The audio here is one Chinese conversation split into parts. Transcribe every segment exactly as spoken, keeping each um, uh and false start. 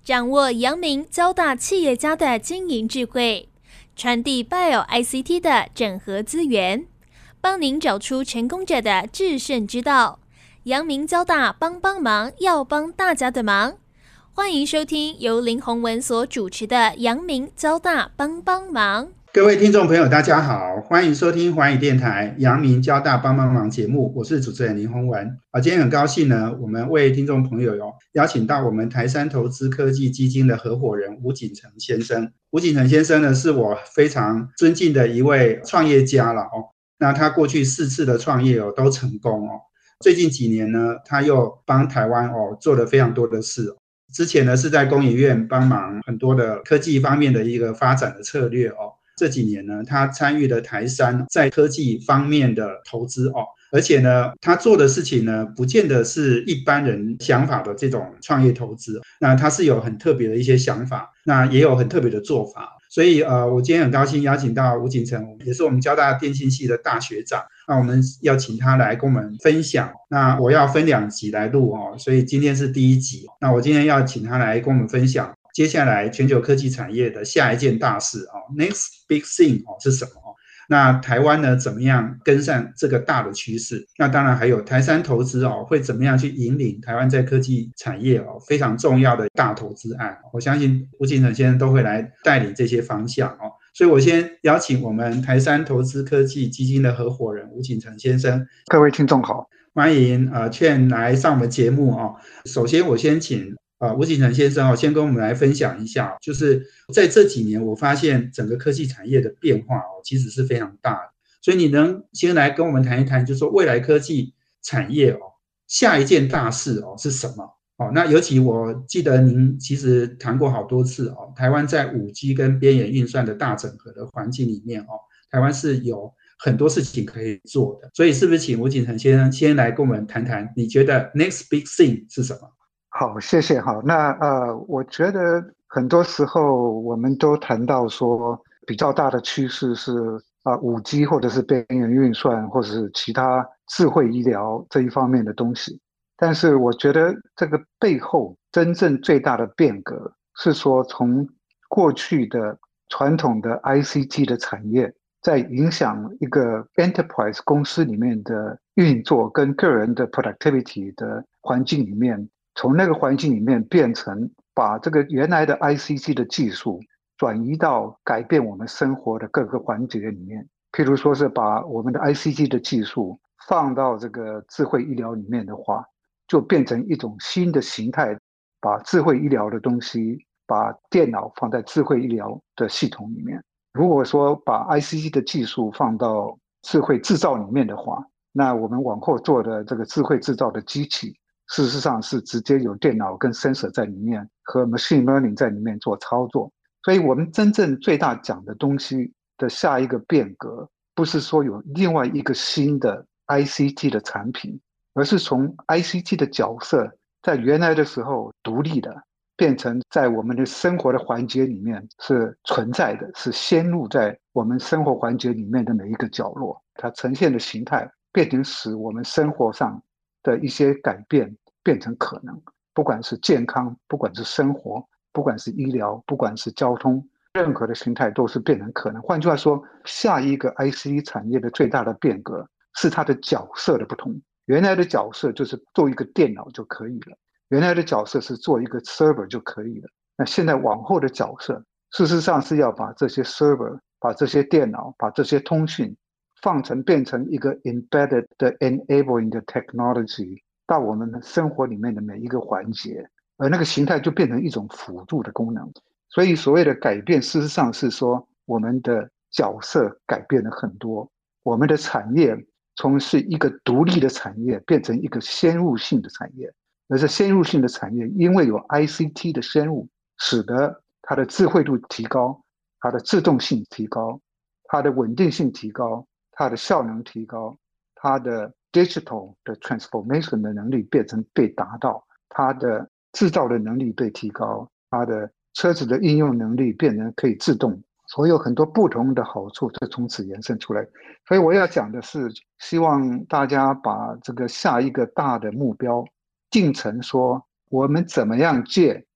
掌握阳明交大企业家的经营智慧，传递 Bio I C T 的整合资源，帮您找出成功者的制胜之道。阳明交大帮帮忙，要帮大家的忙。欢迎收听由林宏文所主持的阳明交大帮帮忙。 各位听众朋友大家好，欢迎收听华语电台阳明交大帮帮忙节目，我是主持人林宏文。今天很高兴呢，我们为听众朋友邀请到我们台山投资科技基金的合伙人吴景成先生。吴景成先生呢，是我非常尊敬的一位创业家了哦。那他过去四次的创业哦都成功哦，最近几年呢，他又帮台湾哦做了非常多的事哦。之前呢是在工研院帮忙很多的科技方面的一个发展的策略哦。这几年呢，他参与了台山在科技方面的投资哦，而且呢，他做的事情呢，不见得是一般人想法的这种创业投资，那他是有很特别的一些想法，那也有很特别的做法。所以呃，我今天很高兴邀请到吴景成，也是我们交大电信系的大学长，那我们要请他来跟我们分享。那我要分两集来录哦，所以今天是第一集。那我今天要请他来跟我们分享接下来全球科技产业的下一件大事哦 ，Next Big Thing 哦是什么？那台湾呢怎么样跟上这个大的趋势？那当然还有台山投资哦会怎么样去引领台湾在科技产业哦非常重要的大投资案？我相信吴景成先生都会来带领这些方向哦。所以我先邀请我们台山投资科技基金的合伙人吴景成先生。 各位听众好， 欢迎呃劝来上我们节目哦。首先我先请呃，吴景成先生哦，先跟我们来分享一下，就是在这几年，我发现整个科技产业的变化哦，其实是非常大的。所以你能先来跟我们谈一谈，就是说未来科技产业哦，下一件大事哦是什么？哦，那尤其我记得您其实谈过好多次哦，台湾在 五 G 跟边缘运算的大整合的环境里面哦，台湾是有很多事情可以做的。所以是不是请吴景成先生先来跟我们谈谈，你觉得 next big thing 是什么？ 好，谢谢。好，那呃，我觉得很多时候我们都谈到说，比较大的趋势是啊、呃、五 G 或者是边缘运算，或者是其他智慧医疗这一方面的东西。但是我觉得这个背后真正最大的变革是说，从过去的传统的 I C T 的产业，在影响一个 enterprise 公司里面的运作跟个人的 productivity 的环境里面。从那个环境里面变成把这个原来的 I C T 的技术转移到改变我们生活的各个环节里面，譬如说是把我们的 I C T 的技术放到这个智慧医疗里面的话，就变成一种新的形态，把智慧医疗的东西，把电脑放在智慧医疗的系统里面。如果说把 I C T 的技术放到智慧制造里面的话，那我们往后做的这个智慧制造的机器事实上是直接有电脑跟 sensor 在里面和 machine learning 在里面做操作。所以我们真正最大讲的东西的下一个变革，不是说有另外一个新的 I C T 的产品，而是从 I C T 的角色在原来的时候独立的，变成在我们的生活的环节里面是存在的，是先入在我们生活环节里面的每一个角落，它呈现的形态变成使我们生活上的一些改变变成可能，不管是健康，不管是生活，不管是医疗，不管是交通，任何的形态都是变成可能。换句话说，下一个 I C T 产业的最大的变革是它的角色的不同。原来的角色就是做一个电脑就可以了，原来的角色是做一个 server 就可以了。那现在往后的角色，事实上是要把这些 server、把这些电脑、把这些通讯放成变成一个 embedded 的 enabling 的 technology 到我们的生活里面的每一个环节，而那个形态就变成一种辅助的功能。所以所谓的改变，事实上是说我们的角色改变了很多，我们的产业从是一个独立的产业变成一个先入性的产业，而这先入性的产业因为有 I C T 的先入，使得它的智慧度提高，它的自动性提高，它的稳定性提高，它的效能提高，它的 digital 的 transformation 的能力变成被达到，它的制造的能力被提高，它的车子的应用能力变成可以自动，所以有很多不同的好处就从此延伸出来。所以我要讲的是，希望大家把这个下一个大的目标定成说，我们怎么样借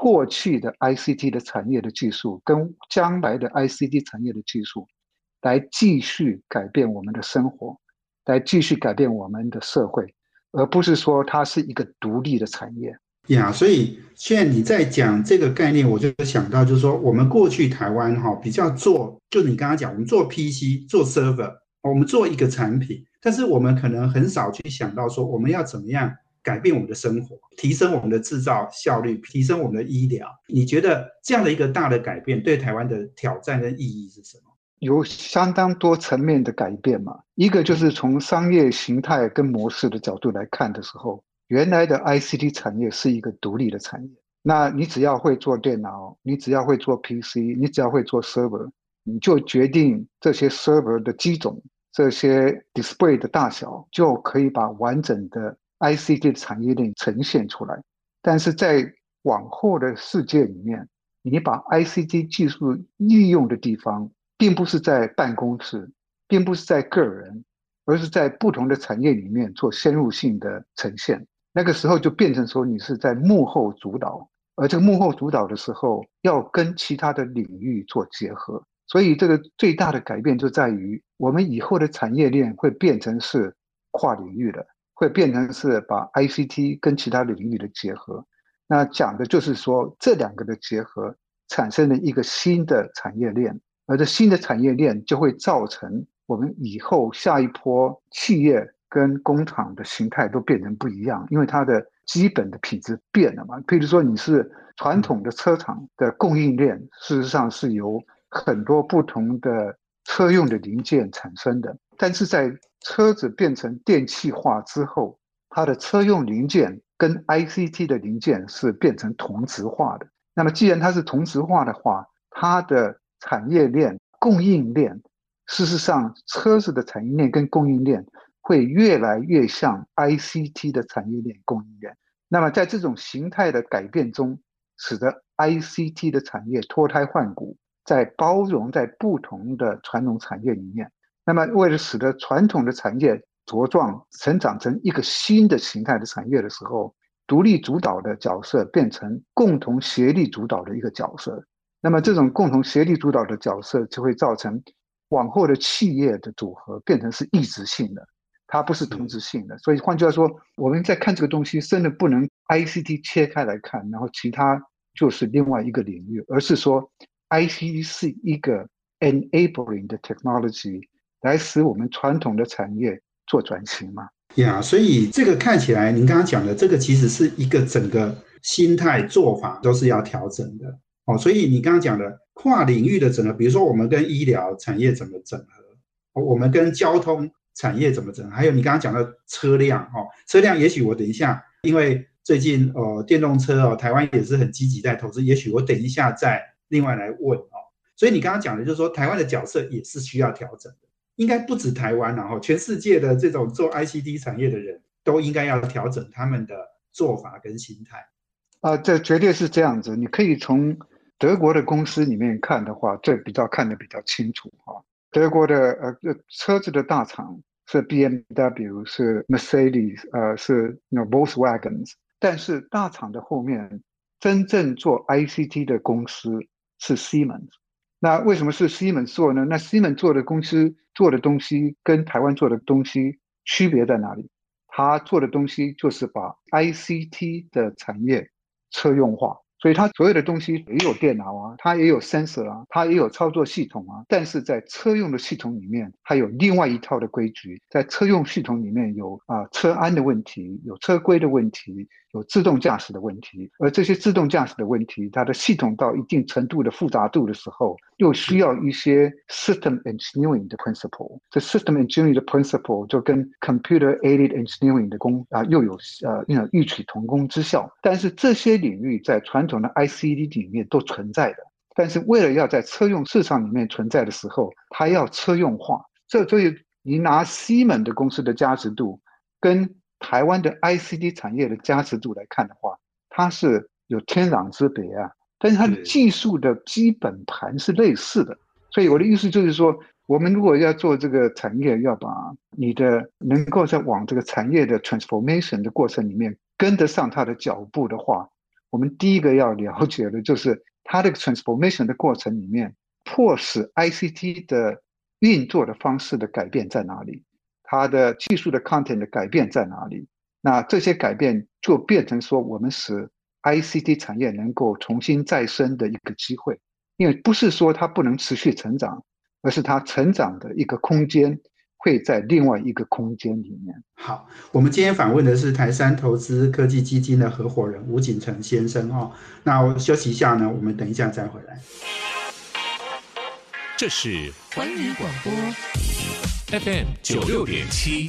过去的 I C T 的产业的技术跟将来的 I C T 产业的技术来继续改变我们的生活，来继续改变我们的社会，而不是说它是一个独立的产业。 呀，所以现在你在讲这个概念，我就想到就是说，我们过去台湾哈比较做，就你刚刚讲，我们做 P C 做 server， 我们做一个产品，但是我们可能很少去想到说，我们要怎么样改变我们的生活，提升我们的制造效率，提升我们的医疗。你觉得这样的一个大的改变对台湾的挑战跟意义是什么？ 有相当多层面的改变嘛，一个就是从商业形态跟模式的角度来看的时候，原来的 I C T 产业是一个独立的产业，那你只要会做电脑，你只要会做 P C， 你只要会做 server， 你就决定这些 server 的机种，这些 display 的大小，就可以把完整的 I C T 的产业链呈现出来。但是在往后的世界里面，你把 I C T 技术利用的地方并不是在办公室，并不是在个人，而是在不同的产业里面做先入性的呈现。那个时候就变成说你是在幕后主导，而这个幕后主导的时候要跟其他的领域做结合。所以这个最大的改变就在于我们以后的产业链会变成是跨领域的，会变成是把 I C T 跟其他领域的结合。那讲的就是说这两个的结合产生了一个新的产业链，而这新的产业链就会造成我们以后下一波企业跟工厂的形态都变成不一样，因为它的基本的品质变了嘛。譬如说你是传统的车厂的供应链，事实上是由很多不同的车用的零件产生的，但是在车子变成电气化之后，它的车用零件跟 I C T 的零件是变成同质化的。那么既然它是同质化的话，它的产业链供应链，事实上车子的产业链跟供应链会越来越像 I C T 的产业链供应链。那么在这种形态的改变中，使得 I C T 的产业脱胎换骨，在包容在不同的传统产业里面。那么为了使得传统的产业茁壮成长成一个新的形态的产业的时候，独立主导的角色变成共同协力主导的一个角色。那么这种共同协力主导的角色就会造成往后的企业的组合变成是异质性的，它不是同质性的。所以换句话说，我们在看这个东西真的不能 I C T 切开来看，然后其他就是另外一个领域，而是说 I C T 是一个 enabling 的 technology 来使我们传统的产业做转型嘛。 呀， yeah, 所以这个看起来您刚刚讲的这个其实是一个整个心态做法都是要调整的哦。所以你刚刚讲的跨领域的整合，比如说我们跟医疗产业怎么整合，我们跟交通产业怎么整合，还有你刚刚讲的车辆哦，车辆也许我等一下，因为最近呃电动车哦，台湾也是很积极在投资，也许我等一下再另外来问哦。所以你刚刚讲的就是说台湾的角色也是需要调整的。应该不止台湾，然后全世界的这种做 I C T 产业的人都应该要调整他们的做法跟心态。 啊，这绝对是这样子。你可以从德国的公司里面看的话，这比较看得比较清楚啊。德国的呃车子的大厂是 B M W， 是 Mercedes， 呃是 you know, Volkswagen， 但是大厂的后面真正做 I C T 的公司是 Siemens。那为什么是 Siemens 做呢？那 Siemens 做的公司做的东西跟台湾做的东西区别在哪里？他做的东西就是把 I C T 的产业车用化，所以它所有的东西也有电脑啊，它也有 sensor 啊，它也有操作系统啊，但是在车用的系统里面，它有另外一套的规矩，在车用系统里面有啊车安的问题，有车规的问题，有自动驾驶的问题，而这些自动驾驶的问题，它的系统到一定程度的复杂度的时候，又需要一些 system engineering 的 principle。这 system engineering 的 principle 就跟 computer aided engineering 的功啊又有呃异曲同工之效。但是这些领域在传统的 I C T 里面都存在的，但是为了要在车用市场里面存在的时候，它要车用化。这所以你拿西门的公司的价值度跟台湾的 I C T 产业的价值度来看的话，它是有天壤之别啊。但是它的技术的基本盘是类似的，所以我的意思就是说，我们如果要做这个产业，要把你的能够在往这个产业的 transformation 的过程里面跟得上它的脚步的话， 我们第一个要了解的就是它这个 transformation 的过程里面，迫使 I C T 的运作的方式的改变在哪里，它的技术的 content 的改变在哪里。那这些改变就变成说我们使 I C T 产业能够重新再生的一个机会，因为不是说它不能持续成长，而是它成长的一个空间会在另外一个空间里面。 好，我们今天访问的是台山投资科技基金的合伙人吴景成先生哦。那我休息一下呢，我们等一下再回来。 这是环宇广播 F M 九六点七。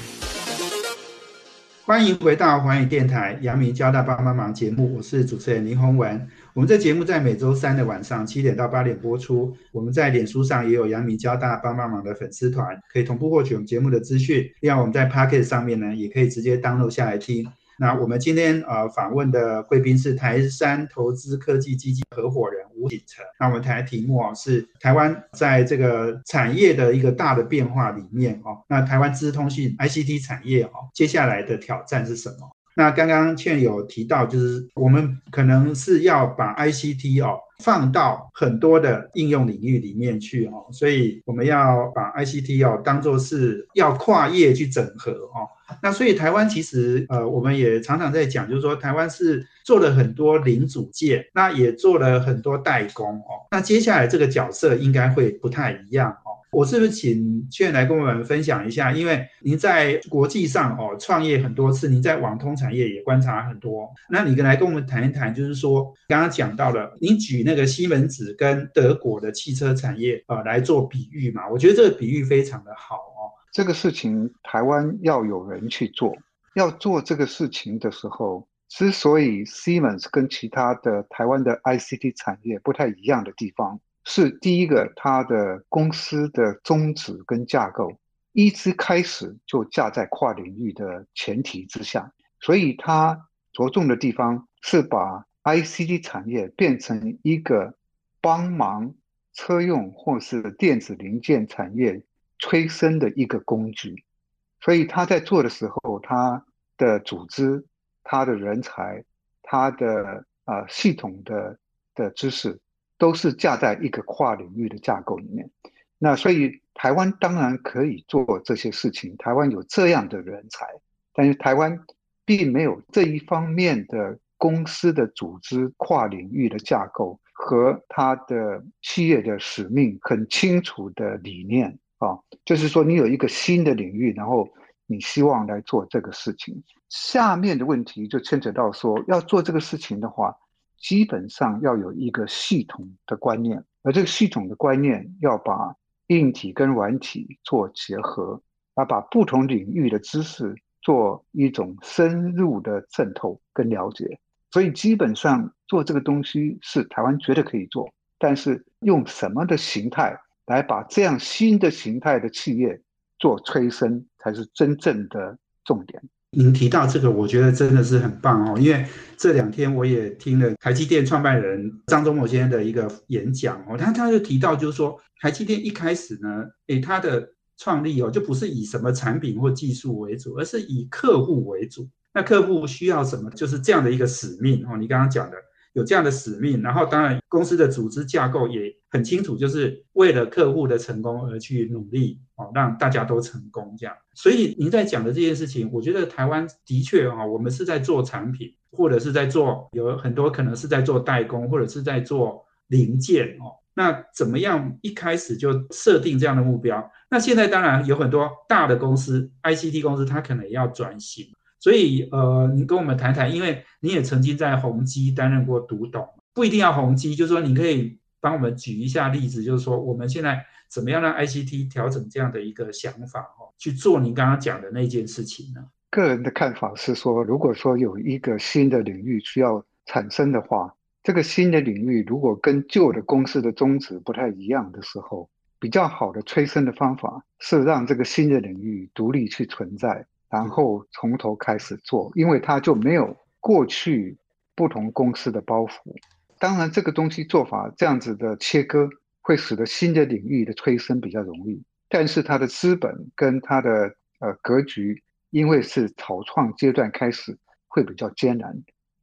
欢迎回到环宇电台阳明交大帮帮忙节目，我是主持人林宏文。我们这节目在每周三的晚上七点到八点播出。我们在脸书上也有阳明交大帮帮忙的粉丝团，可以同步获取我们节目的资讯。另外我们在 Podcast 上面呢，也可以直接 download 下来听。那我们今天呃访问的贵宾是台山投资科技基金合伙人吴景成。那我们谈的题目哦是台湾在这个产业的一个大的变化里面哦，那台湾资通讯 I C T 产业哦，接下来的挑战是什么？那刚刚倩有提到，就是我们可能是要把 I C T 哦放到很多的应用领域里面去哦，所以我们要把 I C T 哦当作是要跨业去整合哦。那所以台湾其实呃我们也常常在讲，就是说台湾是做了很多零组件，那也做了很多代工哦。那接下来这个角色应该会不太一样哦。我是不是请倩来跟我们分享一下？因为您在国际上哦创业很多次，您在网通产业也观察很多，那你来跟我们谈一谈，就是说刚刚讲到了，您举那个西门子跟德国的汽车产业呃来做比喻嘛，我觉得这个比喻非常的好哦。 这个事情台湾要有人去做，要做这个事情的时候，之所以 Siemens 跟其他的台湾的 I C T 产业不太一样的地方，是第一个，它的公司的宗旨跟架构一直开始就架在跨领域的前提之下，所以它着重的地方是把 I C T 产业变成一个帮忙车用或是电子零件产业催生的一个工具。所以他在做的时候，他的组织、他的人才、他的呃系统的的知识，都是架在一个跨领域的架构里面。那所以台湾当然可以做这些事情，台湾有这样的人才，但是台湾并没有这一方面的公司的组织、跨领域的架构和它的企业的使命很清楚的理念啊，就是说你有一个新的领域，然后你希望来做这个事情。下面的问题就牵扯到说，要做这个事情的话，基本上要有一个系统的观念，而这个系统的观念要把硬体跟软体做结合，要把不同领域的知识做一种深入的渗透跟了解。所以基本上做这个东西是台湾绝对可以做，但是用什么的形态来把这样新的形态的企业做催生，才是真正的重点。 您提到这个，我觉得真的是很棒哦，因为这两天我也听了台积电创办人张忠谋先生的一个演讲哦，他他就提到就是说，台积电一开始呢，诶，他的创立哦，就不是以什么产品或技术为主，而是以客户为主。那客户需要什么，就是这样的一个使命哦。你刚刚讲的有这样的使命，然后当然公司的组织架构也很清楚，就是为了客户的成功而去努力哦，让大家都成功这样。所以您在讲的这件事情，我觉得台湾的确哦，我们是在做产品，或者是在做有很多可能是在做代工，或者是在做零件哦。那怎么样一开始就设定这样的目标？那现在当然有很多大的公司 I C T 公司，它可能也要转型。所以呃，你跟我们谈谈，因为你也曾经在宏基担任过独董，不一定要宏基，就是说你可以帮我们举一下例子，就是说我们现在怎么样让 I C T 调整这样的一个想法哦，去做您刚刚讲的那件事情呢？ 个人的看法是说，如果说有一个新的领域需要产生的话，这个新的领域如果跟旧的公司的宗旨不太一样的时候，比较好的催生的方法是让这个新的领域独立去存在，然后从头开始做，因为它就没有过去不同公司的包袱。当然这个东西做法这样子的切割会使得新的领域的催生比较容易，但是它的资本跟它的呃格局，因为是草创阶段开始会比较艰难。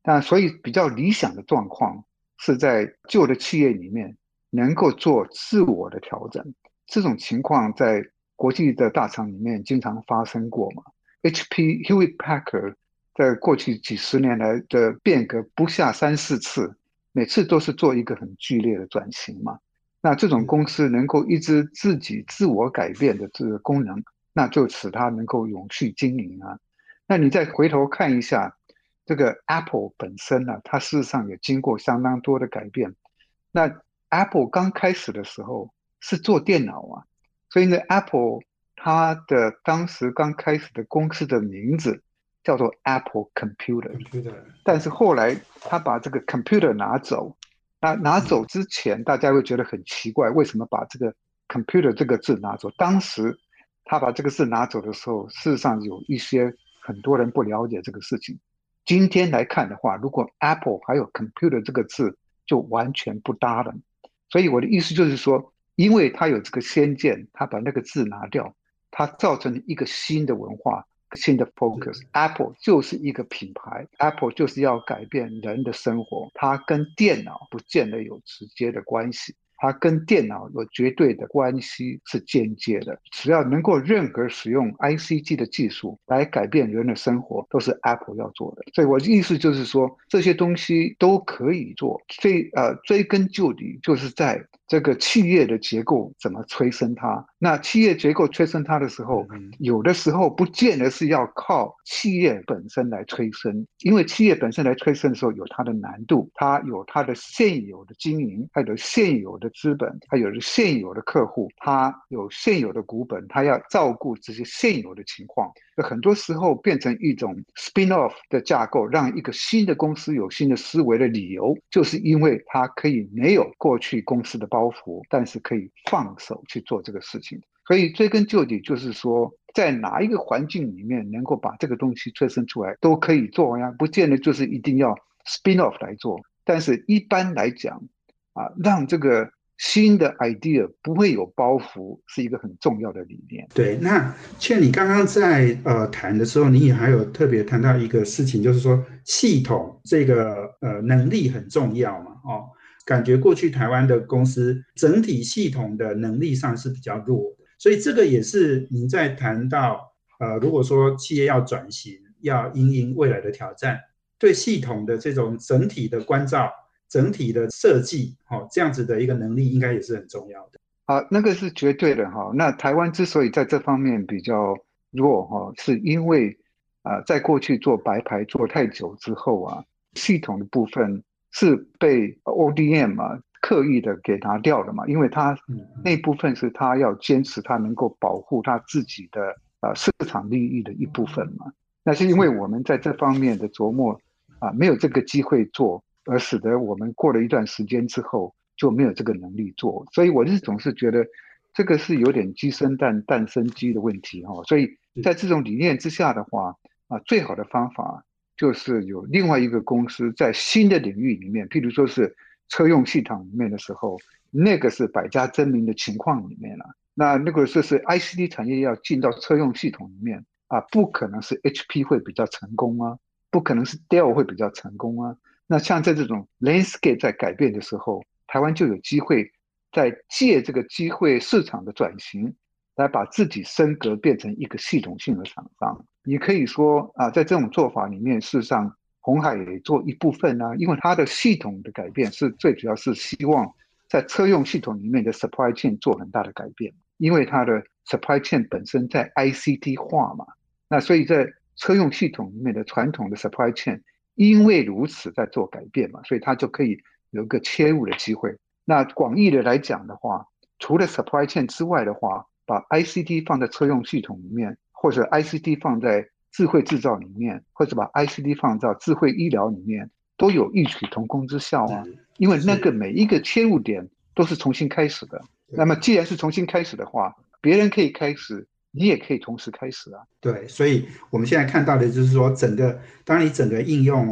那所以比较理想的状况是在旧的企业里面能够做自我的调整，这种情况在国际的大厂里面经常发生过嘛。H P Hewlett Packard 在过去几十年来的变革不下三四次，每次都是做一个很剧烈的转型嘛。那这种公司能够一直自己自我改变的这个功能，那就使它能够永续经营啊。那你再回头看一下这个 Apple 本身呢、啊，它事实上也经过相当多的改变。那 Apple 刚开始的时候是做电脑啊，所以呢 Apple 它的当时刚开始的公司的名字叫做 Apple Computer， 但是后来他把这个 computer 拿走，那拿走之前大家会觉得很奇怪，为什么把这个 computer 这个字拿走？当时他把这个字拿走的时候，事实上有一些很多人不了解这个事情。今天来看的话，如果 Apple 还有 computer 这个字就完全不搭了。所以我的意思就是说，因为他有这个先见，他把那个字拿掉，它造成了一个新的文化，新的 focus。Apple 就是一个品牌 ，Apple 就是要改变人的生活，它跟电脑不见得有直接的关系。它跟电脑有绝对的关系，是间接的。只要能够任何使用 I C T 的技术来改变人的生活，都是 Apple 要做的。所以我的意思就是说，这些东西都可以做。追呃追根究底，就是在这个企业的结构怎么催生它。那企业结构催生它的时候，有的时候不见得是要靠企业本身来催生，因为企业本身来催生的时候有它的难度，它有它的现有的经营，还有现有的资本，还有现有的客户，它有现有的股本，它要照顾这些现有的情况。很多时候变成一种 spin-off 的架构，让一个新的公司有新的思维的理由，就是因为它可以没有过去公司的包袱，但是可以放手去做这个事情。所以追根究底就是说，在哪一个环境里面能够把这个东西催生出来都可以做呀，不见得就是一定要 spin-off 来做。但是一般来讲啊，让这个新的 idea 不会有包袱，是一个很重要的理念。 对，那倩，你刚刚在呃谈的时候，你也还有特别谈到一个事情，就是说系统这个呃能力很重要嘛，哦，感觉过去台湾的公司整体系统的能力上是比较弱的，所以这个也是您在谈到呃，如果说企业要转型，要因应未来的挑战，对系统的这种整体的关照。整体的设计、哦、这样子的一个能力应该也是很重要的。 啊，那个是绝对的哈。那台湾之所以在这方面比较弱哈，是因为啊，在过去做白牌做太久之后啊，系统的部分是被 O D M 啊刻意的给拿掉了嘛，因为它那部分是他要坚持他能够保护他自己的啊市场利益的一部分嘛。那是因为我们在这方面的琢磨啊，没有这个机会做。而使得我们过了一段时间之后就没有这个能力做，所以我是总是觉得这个是有点鸡生蛋蛋生鸡的问题哈。所以在这种理念之下的话啊，最好的方法就是有另外一个公司在新的领域里面，譬如说是车用系统里面的时候，那个是百家争鸣的情况里面了。那那个就是 I C T 产业要进到车用系统里面啊，不可能是 H P 会比较成功啊，不可能是 Dell 会比较成功啊。那像在这种 landscape 在改变的时候，台湾就有机会在借这个机会市场的转型，来把自己升格变成一个系统性的厂商。你可以说啊，在这种做法里面，事实上鸿海也做一部分啊，因为它的系统的改变是最主要是希望在车用系统里面的 supply chain 做很大的改变，因为它的 supply chain 本身在 I C T 化嘛，那所以在车用系统里面的传统的 supply chain。因为如此在做改变嘛，所以它就可以有一个切入的机会。那广义的来讲的话，除了 supply chain 之外的话，把 I C T 放在车用系统里面，或者 I C T 放在智慧制造里面，或者把 I C T 放到智慧医疗里面，都有异曲同工之效啊。因为那个每一个切入点都是重新开始的。那么既然是重新开始的话，别人可以开始，你也可以同时开始啊。 对，所以我们现在看到的就是说，整个当你整个应用哦，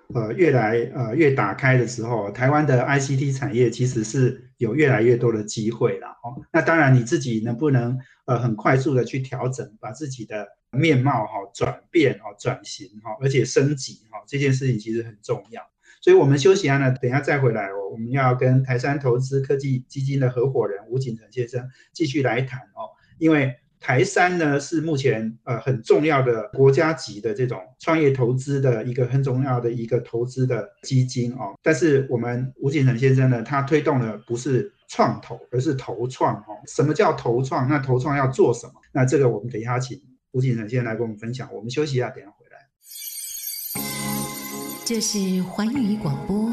呃越来呃越打开的时候，台湾的 I C T 产业其实是有越来越多的机会了哦。那当然你自己能不能呃很快速的去调整，把自己的面貌哈、哦、转变哦转型哈、哦，而且升级哈、哦，这件事情其实很重要。所以我们休息啊呢，等一下再回来哦，我们要跟台山投资科技基金的合伙人吴景成先生继续来谈哦，因为台山呢是目前呃很重要的国家级的这种创业投资的一个很重要的一个投资的基金哦，但是我们吴景成先生呢，他推动的不是创投，而是投创哦。什么叫投创？那投创要做什么？那这个我们等一下请吴景成先生来跟我们分享。我们休息一下，等一下回来。 这是环宇广播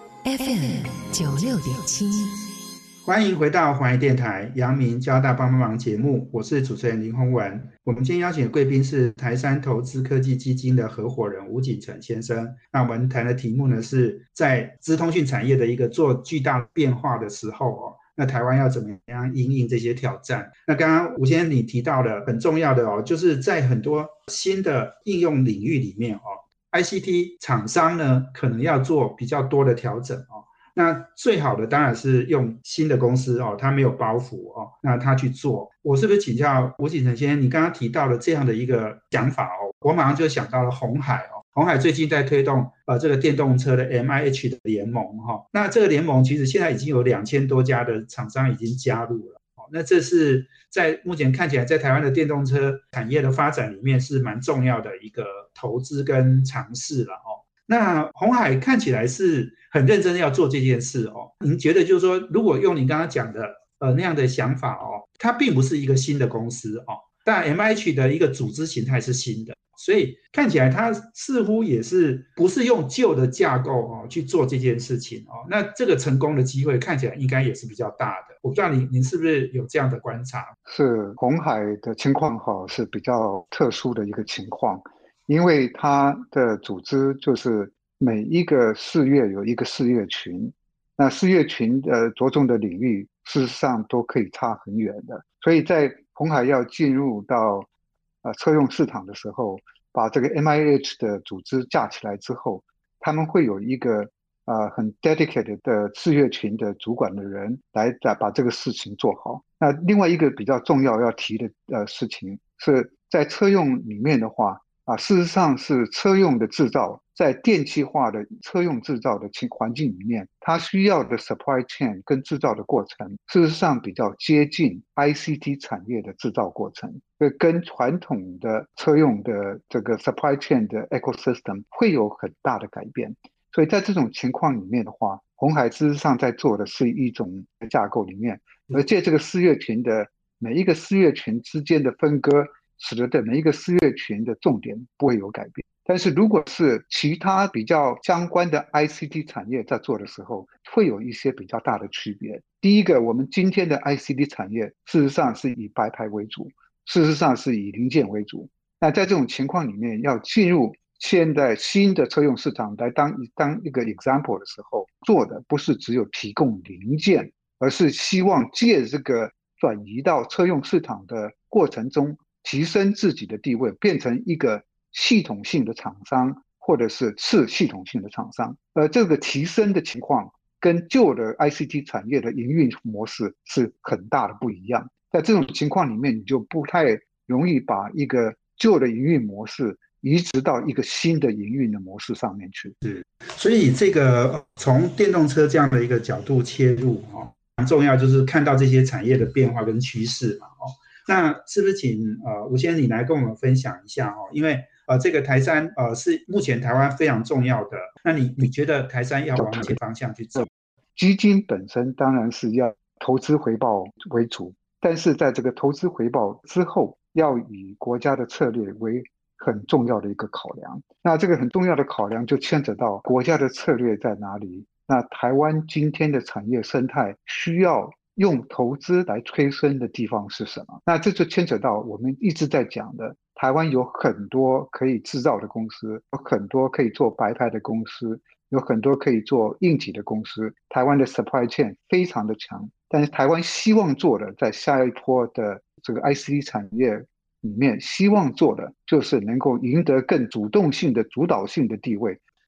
F M 九六点七， 欢迎回到环宇电台阳明交大帮帮忙节目，我是主持人林宏文。我们今天邀请的贵宾是台山投资科技基金的合伙人吴景成先生。那我们谈的题目呢，是在资通讯产业的一个做巨大变化的时候哦，那台湾要怎么样因应这些挑战？那刚刚吴先生你提到的很重要的哦，就是在很多新的应用领域里面哦，I C T 厂商呢可能要做比较多的调整哦。那最好的当然是用新的公司哦，他没有包袱哦，那他去做。我是不是请教吴景成先生，你刚刚提到了这样的一个想法哦，我马上就想到了鸿海哦，鸿海最近在推动呃这个电动车的 M I H 的联盟哈、哦，那这个联盟其实现在已经有两千多家的厂商已经加入了哦，那这是在目前看起来在台湾的电动车产业的发展里面是蛮重要的一个投资跟尝试了哦。那鸿海看起来是很认真要做这件事哦，您觉得就是说，如果用您刚刚讲的呃那样的想法哦，它并不是一个新的公司哦，但 M I H 的一个组织形态是新的，所以看起来它似乎也是不是用旧的架构哦去做这件事情哦，那这个成功的机会看起来应该也是比较大的。我不知道您您是不是有这样的观察？ 是鸿海的情况哈是比较特殊的一个情况。因为它的组织就是每一个事业有一个事业群，那事业群的着重的领域事实上都可以差很远的，所以在鸿海要进入到呃车用市场的时候，把这个 M I H 的组织架起来之后，他们会有一个呃很 dedicated 的事业群的主管的人来把这个事情做好。那另外一个比较重要要提的呃事情是在车用里面的话。啊，事实上是车用的制造，在电气化的车用制造的环境里面，它需要的 supply chain 跟制造的过程，事实上比较接近 I C T 产业的制造过程，跟传统的车用的这个 supply chain 的 ecosystem 会有很大的改变。所以在这种情况里面的话，鸿海事实上在做的是一种架构里面，而借这个事业群的每一个事业群之间的分割，使得每一个事业群的重点不会有改变。但是如果是其他比较相关的 I C T 产业在做的时候，会有一些比较大的区别。第一个，我们今天的 I C T 产业事实上是以白牌为主，事实上是以零件为主。那在这种情况里面，要进入现在新的车用市场来当当一个 example 的时候，做的不是只有提供零件，而是希望借这个转移到车用市场的过程中，提升自己的地位，变成一个系统性的厂商，或者是次系统性的厂商。而这个提升的情况跟旧的 I C T 产业的营运模式是很大的不一样。在这种情况里面，你就不太容易把一个旧的营运模式移植到一个新的营运的模式上面去。 是，所以这个从电动车这样的一个角度切入哦，很重要就是看到这些产业的变化跟趋势嘛哦。那是不是请呃吴先生你来跟我们分享一下哦？因为呃这个台山呃是目前台湾非常重要的，那你你觉得台山要往哪些方向去走？ 基金本身当然是要投资回报为主，但是在这个投资回报之后，要以国家的策略为很重要的一个考量。那这个很重要的考量就牵扯到国家的策略在哪里。那台湾今天的产业生态需要用投资来催生的地方是什么？那这就牵扯到我们一直在讲的，台湾有很多可以制造的公司，有很多可以做白牌的公司，有很多可以做硬体的公司。台湾的 supply chain 非常的强，但是台湾希望做的，在下一波的这个 I C T 产业里面，希望做的就是能够赢得更主动性的、主导性的地位。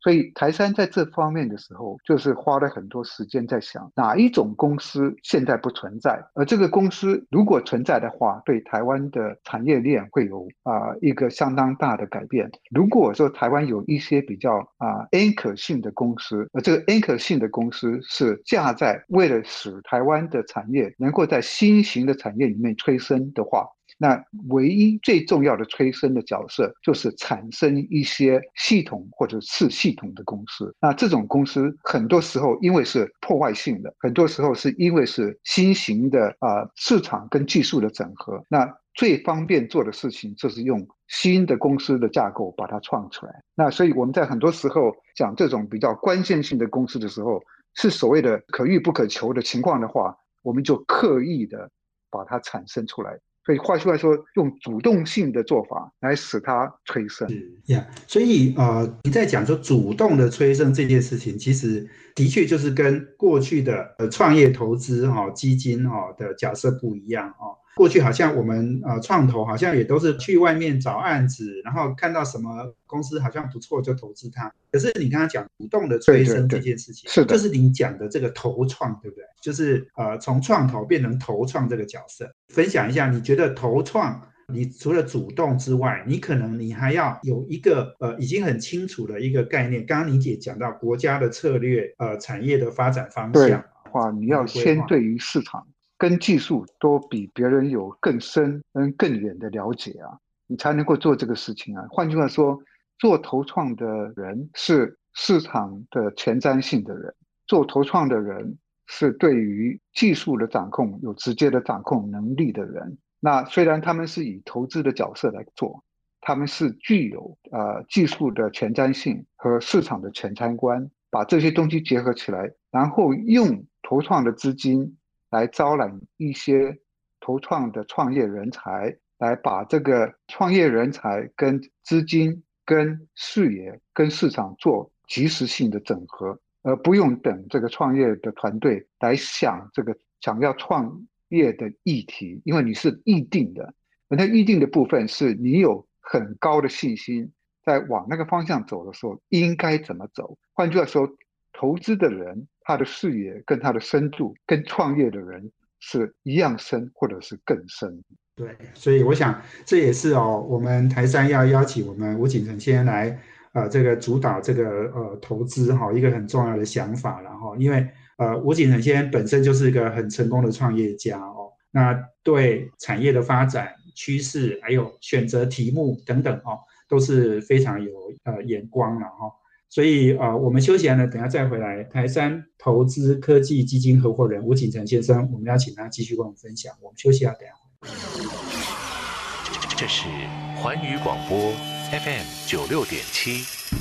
所以台山在这方面的时候，就是花了很多时间在想哪一种公司现在不存在，而这个公司如果存在的话，对台湾的产业链会有啊、呃、一个相当大的改变。如果说台湾有一些比较啊、呃、anchor 性的公司，而这个 anchor 性的公司是架在为了使台湾的产业能够在新型的产业里面催生的话，那唯一最重要的催生的角色就是产生一些系统或者次系统的公司。那这种公司很多时候因为是破坏性的，很多时候是因为是新型的呃市场跟技术的整合，那最方便做的事情就是用新的公司的架构把它创出来。那所以我们在很多时候讲这种比较关键性的公司的时候，是所谓的可遇不可求的情况的话，我们就刻意的把它产生出来。所以换句话说，用主动性的做法来使它催生。 是呀，所以呃，你在讲说主动的催生这件事情，其实的确就是跟过去的呃创业投资哈、哦、基金哈、哦、的角色不一样哦。过去好像我们呃创投好像也都是去外面找案子，然后看到什么公司好像不错就投资它。可是你刚刚讲主动的催生这件事情， 对对对， 就是你讲的这个投创，对不对？就是呃从创投变成投创这个角色。分享一下，你觉得投创？你除了主动之外，你可能你还要有一个呃已经很清楚的一个概念。刚刚你姐讲到国家的策略，呃产业的发展方向， 对的话，你要先对于市场跟技术都比别人有更深跟更远的了解啊，你才能够做这个事情啊。换句话说，做投创的人是市场的前瞻性的人，做投创的人是对于技术的掌控有直接的掌控能力的人。那虽然他们是以投资的角色来做，他们是具有呃技术的前瞻性和市场的前瞻观，把这些东西结合起来，然后用投创的资金来招揽一些投创的创业人才，来把这个创业人才跟资金、跟视野、跟市场做及时性的整合，而不用等这个创业的团队来想这个想要创业的议题，因为你是议定的，而那议定的部分是你有很高的信心，在往那个方向走的时候应该怎么走。换句话说，投资的人他的视野跟他的深度跟创业的人是一样深或者是更深。 对，所以我想这也是哦，我们台山要邀请我们吴景成先生来呃这个主导这个呃投资哈、哦、一个很重要的想法，然后因为呃吴景成先生本身就是一个很成功的创业家哦，那对产业的发展趋势还有选择题目等等哦都是非常有呃眼光了哈、哦。所以呃，我们休息完了，等一下再回来。台山投资科技基金合伙人吴景成先生，我们要请他继续跟我们分享。我们休息一下，等一下回来。 这是环宇广播 F M 九六点七，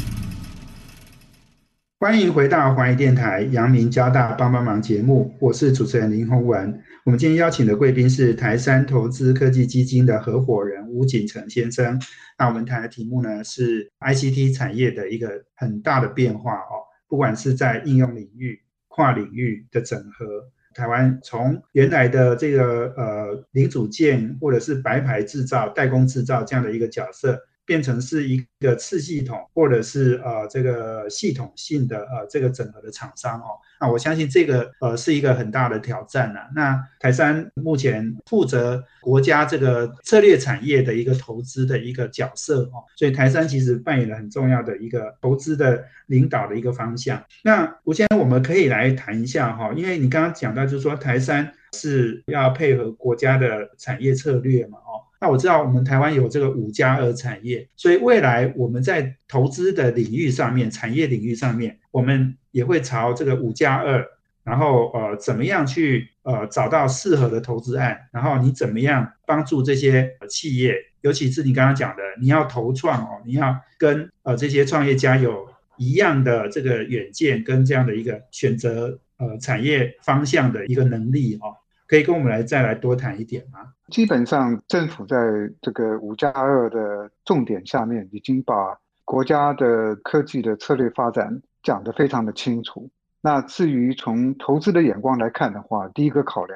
欢迎回到环宇电台阳明交大帮帮忙节目，我是主持人林宏文。我们今天邀请的贵宾是台山投资科技基金的合伙人吴景成先生。那我们谈的题目呢是 I C T 产业的一个很大的变化哦，不管是在应用领域、跨领域的整合。台湾从原来的这个呃零组件或者是白牌制造、代工制造这样的一个角色，变成是一个次系统或者是呃这个系统性的呃这个整合的厂商哦。那我相信这个呃是一个很大的挑战啊。那台山目前负责国家这个策略产业的一个投资的一个角色哦，所以台山其实扮演了很重要的一个投资的领导的一个方向。那吴先生，我们可以来谈一下哈、哦，因为你刚刚讲到就是说台山是要配合国家的产业策略嘛哦。那我知道我们台湾有这个五加二产业，所以未来我们在投资的领域上面，产业领域上面，我们也会朝这个五加二，然后呃怎么样去呃找到适合的投资案，然后你怎么样帮助这些企业，尤其是你刚刚讲的，你要投创哦，你要跟呃这些创业家有一样的这个远见跟这样的一个选择呃产业方向的一个能力哦。可以跟我们来再来多谈一点吗？ 基本上政府在这个五加二的重点下面，已经把国家的科技的策略发展讲得非常的清楚。那至于从投资的眼光来看的话，第一个考量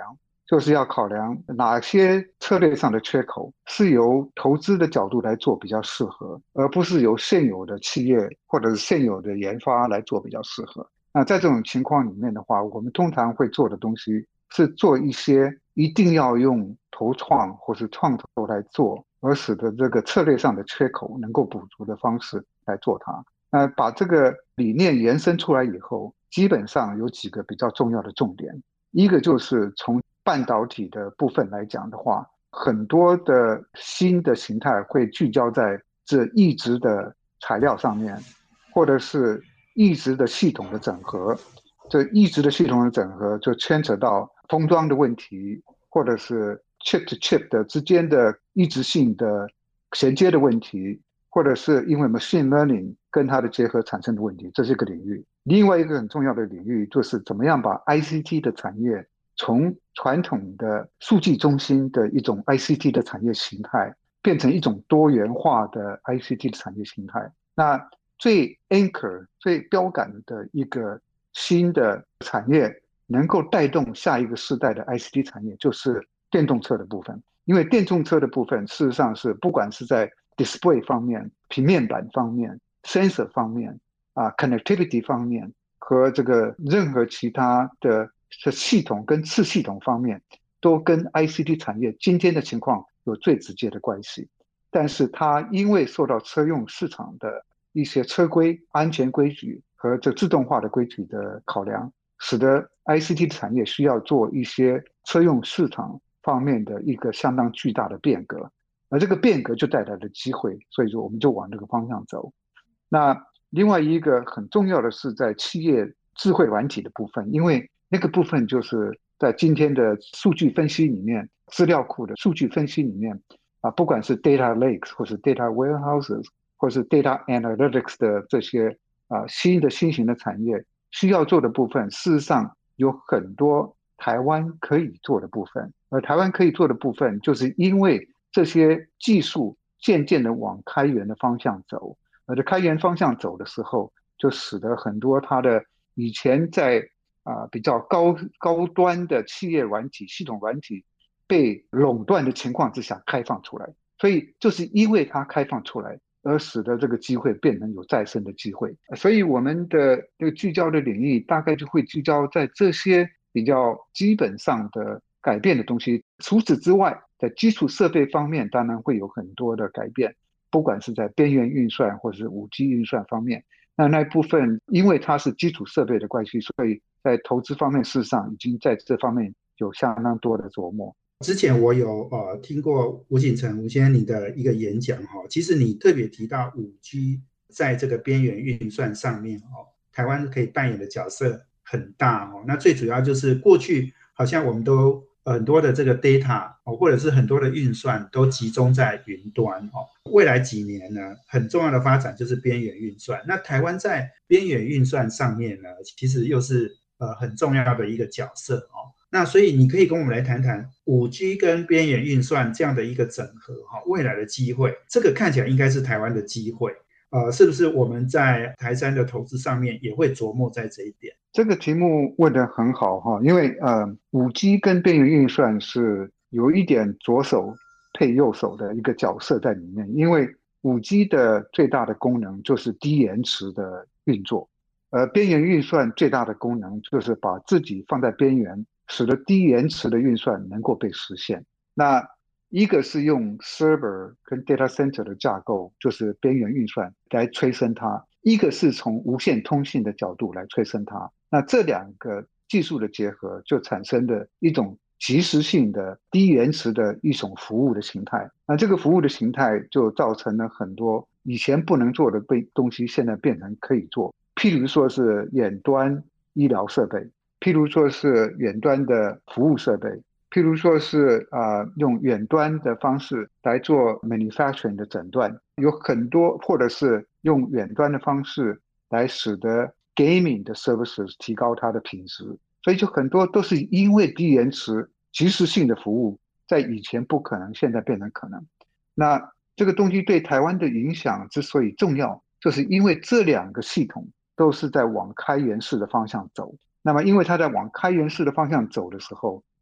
就是要考量哪些策略上的缺口是由投资的角度来做比较适合，而不是由现有的企业或者是现有的研发来做比较适合。那在这种情况里面的话，我们通常会做的东西是做一些一定要用投创或是创投来做，而使得这个策略上的缺口能够补足的方式来做它。那把这个理念延伸出来以后，基本上有几个比较重要的重点。一个就是从半导体的部分来讲的话，很多的新的形态会聚焦在这异质的材料上面，或者是异质的系统的整合。这异质的系统的整合就牵扯到封装的问题，或者是 chip to chip 的之间的异质性的衔接的问题，或者是因为 machine learning 跟它的结合产生的问题，这是一个领域。另外一个很重要的领域就是怎么样把 I C T 的产业从传统的数据中心的一种 I C T 的产业形态变成一种多元化的 I C T 的产业形态。那最 anchor 最标杆的一个新的产业能够带动下一个世代的 I C T 产业就是电动车的部分。因为电动车的部分事实上是不管是在 display 方面、平面板方面、sensor 方面啊 connectivity 方面和这个任何其他的系统跟次系统方面都跟 I C T 产业今天的情况有最直接的关系。但是它因为受到车用市场的一些车规、安全规矩和这自动化的规矩的考量，使得 I C T 的产业需要做一些车用市场方面的一个相当巨大的变革，而这个变革就带来了机会，所以说我们就往这个方向走。那另外一个很重要的是在企业智慧软体的部分，因为那个部分就是在今天的数据分析里面，资料库的数据分析里面啊，不管是 data lakes 或是 data warehouses 或是 data analytics 的这些啊新的新型的产业需要做的部分，事实上有很多台湾可以做的部分，而台湾可以做的部分就是因为这些技术渐渐的往开源的方向走，而在开源方向走的时候，就使得很多它的以前在啊、呃、比较高高端的企业软体、系统软体被垄断的情况之下开放出来，所以就是因为它开放出来，而使得这个机会变成有再生的机会。所以我们的这个聚焦的领域大概就会聚焦在这些比较基本上的改变的东西。除此之外，在基础设备方面当然会有很多的改变，不管是在边缘运算或是 五 G 运算方面，那那一部分因为它是基础设备的关系，所以在投资方面事实上已经在这方面有相当多的琢磨。 之前我有呃听过吴景成吴先生你的一个演讲哈，其实你特别提到 五 G 在这个边缘运算上面哦，台湾可以扮演的角色很大哦。那最主要就是过去好像我们都很多的这个 data 哦，或者是很多的运算都集中在云端哦。未来几年呢，很重要的发展就是边缘运算。那台湾在边缘运算上面呢，其实又是呃很重要的一个角色哦。那所以你可以跟我们来谈谈 五 G 跟边缘运算这样的一个整合哈，未来的机会，这个看起来应该是台湾的机会，呃，是不是我们在台山的投资上面也会琢磨在这一点？ 这个题目问得很好哈，因为呃 五 G 跟边缘运算是有一点左手配右手的一个角色在里面，因为 五 G 的最大的功能就是低延迟的运作，而边缘运算最大的功能就是把自己放在边缘，使得低延迟的运算能够被实现。那一个是用 server 跟 data center 的架构，就是边缘运算来催生它，一个是从无线通信的角度来催生它。那这两个技术的结合就产生的一种即时性的低延迟的一种服务的形态。那这个服务的形态就造成了很多以前不能做的东西现在变成可以做，譬如说是远端医疗设备，譬如说是远端的服务设备，譬如说是、呃、用远端的方式来做 manufacturing 的诊断，有很多，或者是用远端的方式来使得 gaming 的 services 提高它的品质。所以就很多都是因为低延迟即时性的服务在以前不可能，现在变成可能。那这个东西对台湾的影响之所以重要，就是因为这两个系统都是在往开源式的方向走。那么因为它在往开源式的方向走的时候，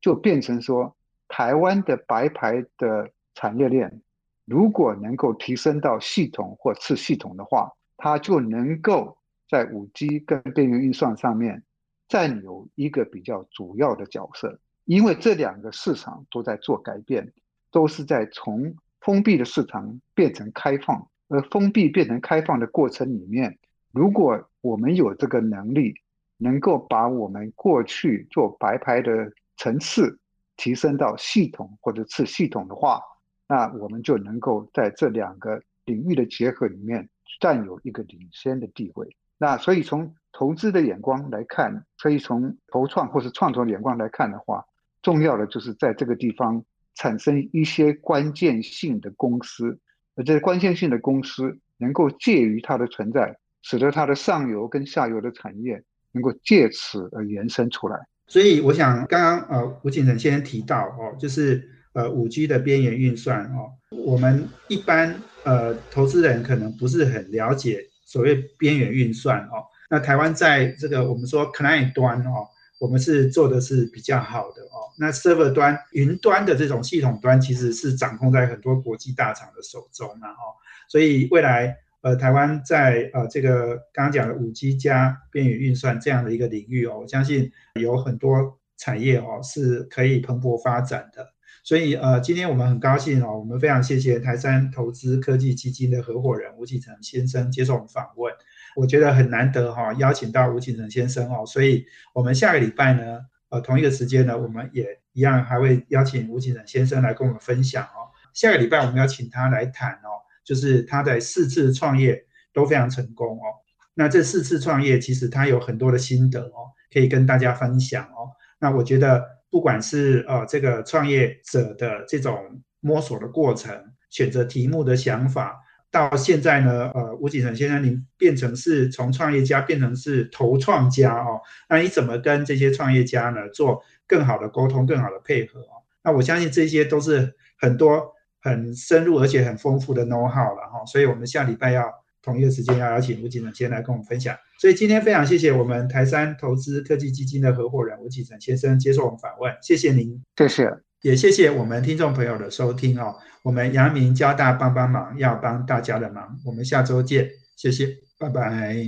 就变成说，台湾的白牌的产业链如果能够提升到系统或次系统的话，它就能够在 五 G 跟边缘运算上面占有一个比较主要的角色。因为这两个市场都在做改变，都是在从封闭的市场变成开放，而封闭变成开放的过程里面，如果我们有这个能力，能够把我们过去做白牌的层次提升到系统或者次系统的话，那我们就能够在这两个领域的结合里面占有一个领先的地位。那所以从投资的眼光来看，所以从投创或是创投的眼光来看的话，重要的就是在这个地方产生一些关键性的公司，而这些关键性的公司能够介于它的存在，使得它的上游跟下游的产业能够借此而延伸出来。 所以我想刚刚呃吴景成先生提到哦，就是呃 五 G 的边缘运算哦，我们一般呃投资人可能不是很了解所谓边缘运算哦。那台湾在这个我们说 client 端哦，我们是做的是比较好的哦。那 server 端云端的这种系统端其实是掌控在很多国际大厂的手中啊哦，所以未来呃，台湾在呃这个刚刚讲的 五 G 加边缘运算这样的一个领域哦，我相信有很多产业哦是可以蓬勃发展的。所以呃，今天我们很高兴哦，我们非常谢谢台山投资科技基金的合伙人吴景成先生接受我们访问。我觉得很难得哈、哦，邀请到吴景成先生哦，所以我们下个礼拜呢，呃，同一个时间呢，我们也一样还会邀请吴景成先生来跟我们分享哦。下个礼拜我们要请他来谈哦。就是他的四次创业都非常成功哦。那这四次创业其实他有很多的心得哦，可以跟大家分享哦。那我觉得不管是呃这个创业者的这种摸索的过程，选择题目的想法，到现在呢，呃吴景成先生您变成是从创业家变成是投创家哦。那你怎么跟这些创业家呢做更好的沟通、更好的配合哦？那我相信这些都是很多很深入而且很丰富的 know how 了哈，所以我们下礼拜要同一个时间要邀请吴景成先生来跟我们分享。所以今天非常谢谢我们台山投资科技基金的合伙人吴景成先生接受我们访问，谢谢您。 谢谢， 也谢谢我们听众朋友的收听哦。我们阳明交大帮帮忙，要帮大家的忙，我们下周见，谢谢，拜拜。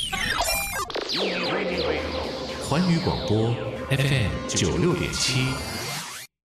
环宇广播 F M 九六点七。